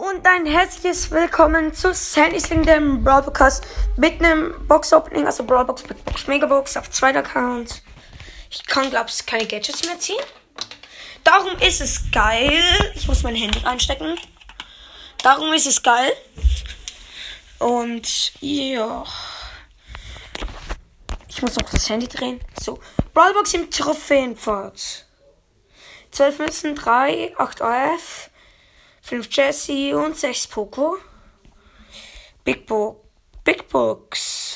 Und ein herzliches Willkommen zu Sandys legendärem Brawl Podcast mit einem Box-Opening, also Brawlbox mit Box Megabox auf zweiter Account. Ich kann, glaube ich, keine Gadgets mehr ziehen. Darum ist es geil. Ich muss mein Handy reinstecken. Darum ist es geil. Und ja. Ich muss noch das Handy drehen. So. Brawlbox im Trophäenpfad. 12 Münzen, 3, 8 AF, 5 Jessie und 6 Poco. Big Box.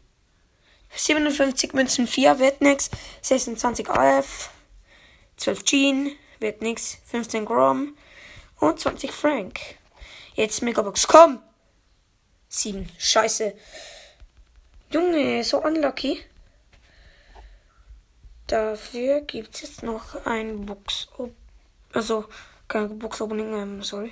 57 Münzen, 4 wird nix. 26 AF, 12 Jean, wird nix. 15 Grom und 20 Frank. Jetzt Megabox, komm! 7, scheiße. Junge, so unlucky. Dafür gibt es noch ein kein Box-Opening, sorry.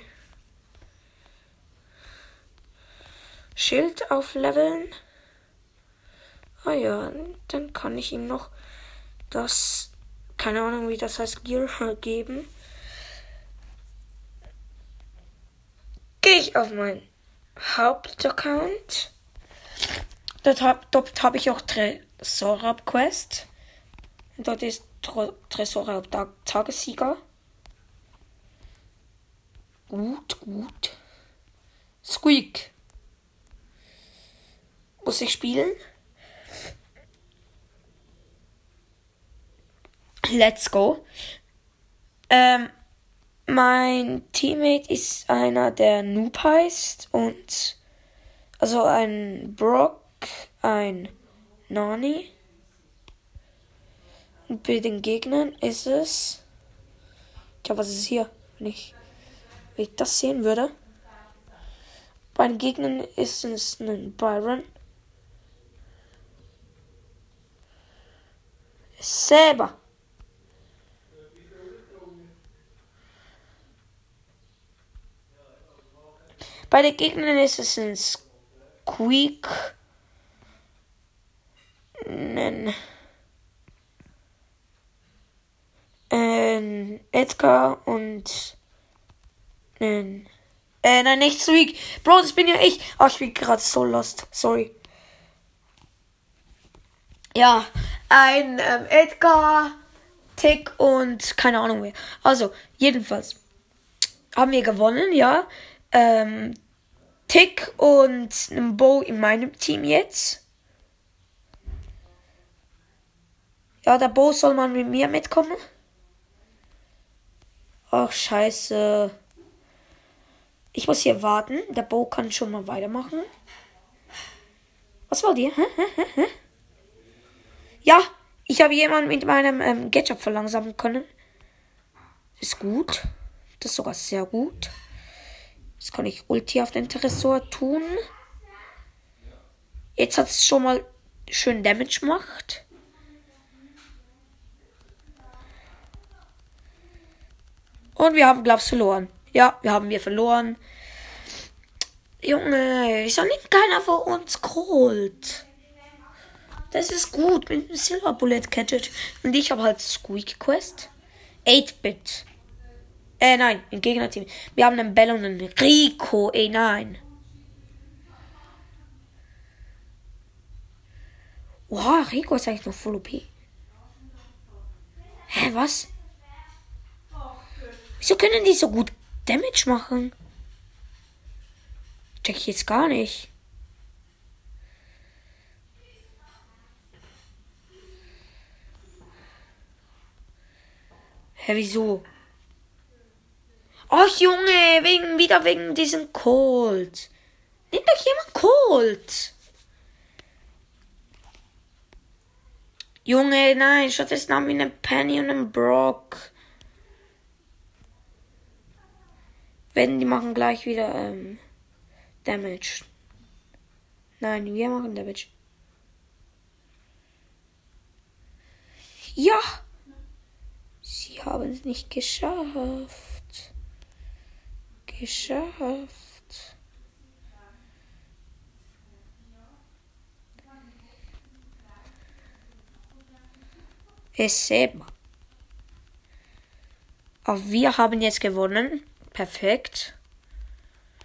Schild aufleveln. Ah ja, dann kann ich ihm noch das, keine Ahnung wie das heißt, Gear geben. Gehe ich auf meinen Hauptaccount. Dort hab ich auch Tresor-Quest. Dort ist Tresor Tagessieger. Gut. Squeak. Muss ich spielen? Let's go. Mein Teammate ist einer, der Noob heißt. Und also ein Brock, ein Nani. Und bei den Gegnern ist es... Tja, was ist hier? Wenn ich das sehen würde. Bei den Gegnern ist es ein Byron. Selber. Bei den Gegnern ist es ein Squeak. Ein Edgar und nein, nicht Squeak. Bro, das bin ja ich. Oh, ich bin gerade so lost. Sorry. Ja, ein Edgar, Tick und keine Ahnung mehr. Also, jedenfalls haben wir gewonnen, ja. Tick und ein Bo in meinem Team jetzt. Ja, der Bo soll mal mit mir mitkommen. Ach, scheiße. Ich muss hier warten. Der Bo kann schon mal weitermachen. Was wollt ihr? Hä? Ja, ich habe jemanden mit meinem Gadget verlangsamen können. Ist gut. Das ist sogar sehr gut. Jetzt kann ich Ulti auf den Tresor tun. Jetzt hat es schon mal schön Damage gemacht. Und wir haben, glaube ich, verloren. Ja, wir verloren. Junge, wieso nimmt keiner von uns Gold? Das ist gut mit dem Silver Bullet Gadget. Und ich habe halt Squeak Quest. 8-Bit. Nein, im Gegnerteam. Wir haben einen Bell und einen Rico. Nein. Wow, Rico ist eigentlich noch voll OP. Hä, was? Wieso können die so gut Damage machen? Check ich jetzt gar nicht. Hä, wieso? Ach Junge, wegen diesem Colt. Nimm doch jemand Colt. Junge, nein, stattdessen haben wir einen Penny und einen Brock. Wenn die machen gleich wieder Damage. Nein, wir machen Damage. Ja. Sie haben es nicht geschafft. Es selber. Aber wir haben jetzt gewonnen. Perfekt.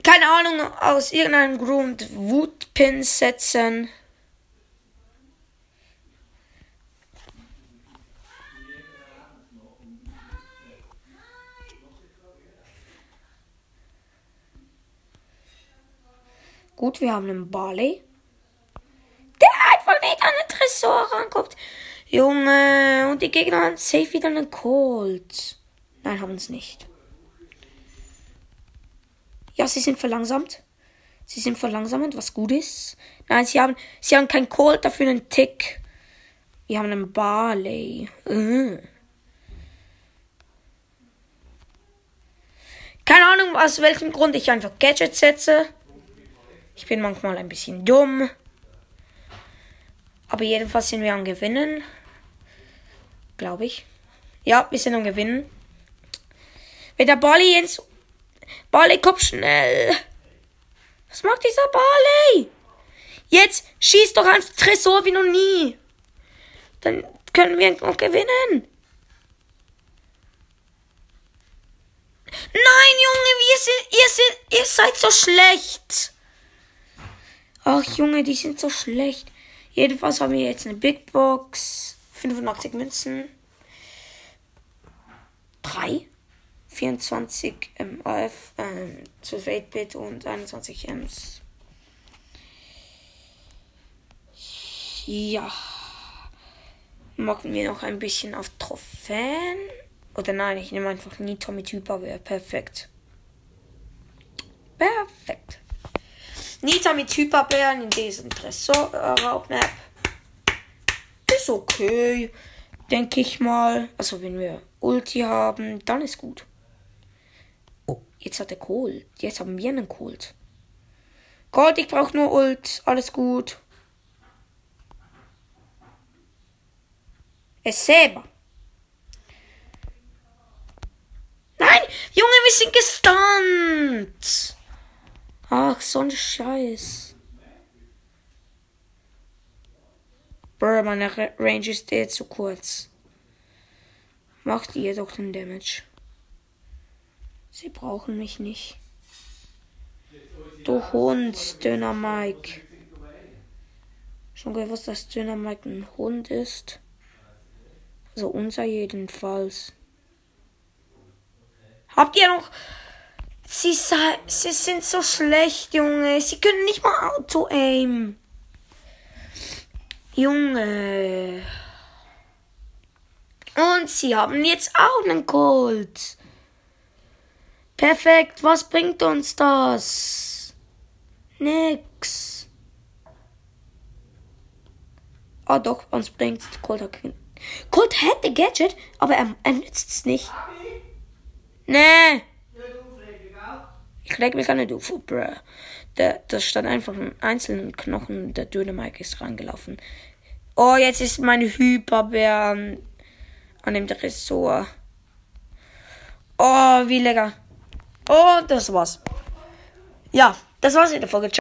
keine Ahnung, aus irgendeinem Grund Wutpins setzen. Gut, wir haben einen Barley. Der einfach nicht an den Tresor rankommt. Junge, und die Gegner haben safe wieder einen Colt. Nein, haben es nicht. Ja, sie sind verlangsamt. Sie sind verlangsamt, was gut ist. Nein, sie haben keinen Colt, dafür einen Tick. Wir haben einen Barley. Keine Ahnung, aus welchem Grund ich einfach Gadgets setze. Ich bin manchmal ein bisschen dumm. Aber jedenfalls sind wir am Gewinnen. Glaube ich. Ja, wir sind am Gewinnen. Wenn der Barley ins... Barley, komm schnell. Was macht dieser Barley? Jetzt schieß doch ans Tresor wie noch nie. Dann können wir noch gewinnen. Nein, Junge, ihr seid so schlecht. Ach, Junge, die sind so schlecht. Jedenfalls haben wir jetzt eine Big Box. 85 Münzen. 3. 24 AF, 12 8-Bit und 21 Ms. Ja. Machen wir noch ein bisschen auf Trophäen. Oder nein, ich nehme einfach Nita mit Hyperwehr. Perfekt. Perfekt. Nita mit Hyperbären in diesem Tresor-Raub-Map. Ist okay. Denke ich mal. Also wenn wir Ulti haben, dann ist gut. Oh, jetzt hat er Colt. Jetzt haben wir einen Colt. Colt, ich brauche nur Ult. Alles gut. Es selber. Nein, Junge, wir sind gestunt. Ach, so ein Scheiß. Bro, meine Range ist jetzt zu kurz. Macht ihr doch den Damage. Sie brauchen mich nicht. Du Hund, Döner Mike. Schon gewusst, dass Döner Mike ein Hund ist? Also unser jedenfalls. Habt ihr noch... Sie sind so schlecht, Junge. Sie können nicht mal Auto-Aim. Junge. Und sie haben jetzt auch einen Colt. Perfekt. Was bringt uns das? Nix. Ah doch, uns bringt Colt. Colt hätte Gadget, aber er nützt es nicht. Nee. Ich leg mich an den Ufo, bruh. Da stand einfach ein einzelner Knochen, der Dynamite ist reingelaufen. Oh, jetzt ist meine Hyperbär an dem Tresor. Oh, wie lecker. Oh, das war's. Ja, das war's in der Folge.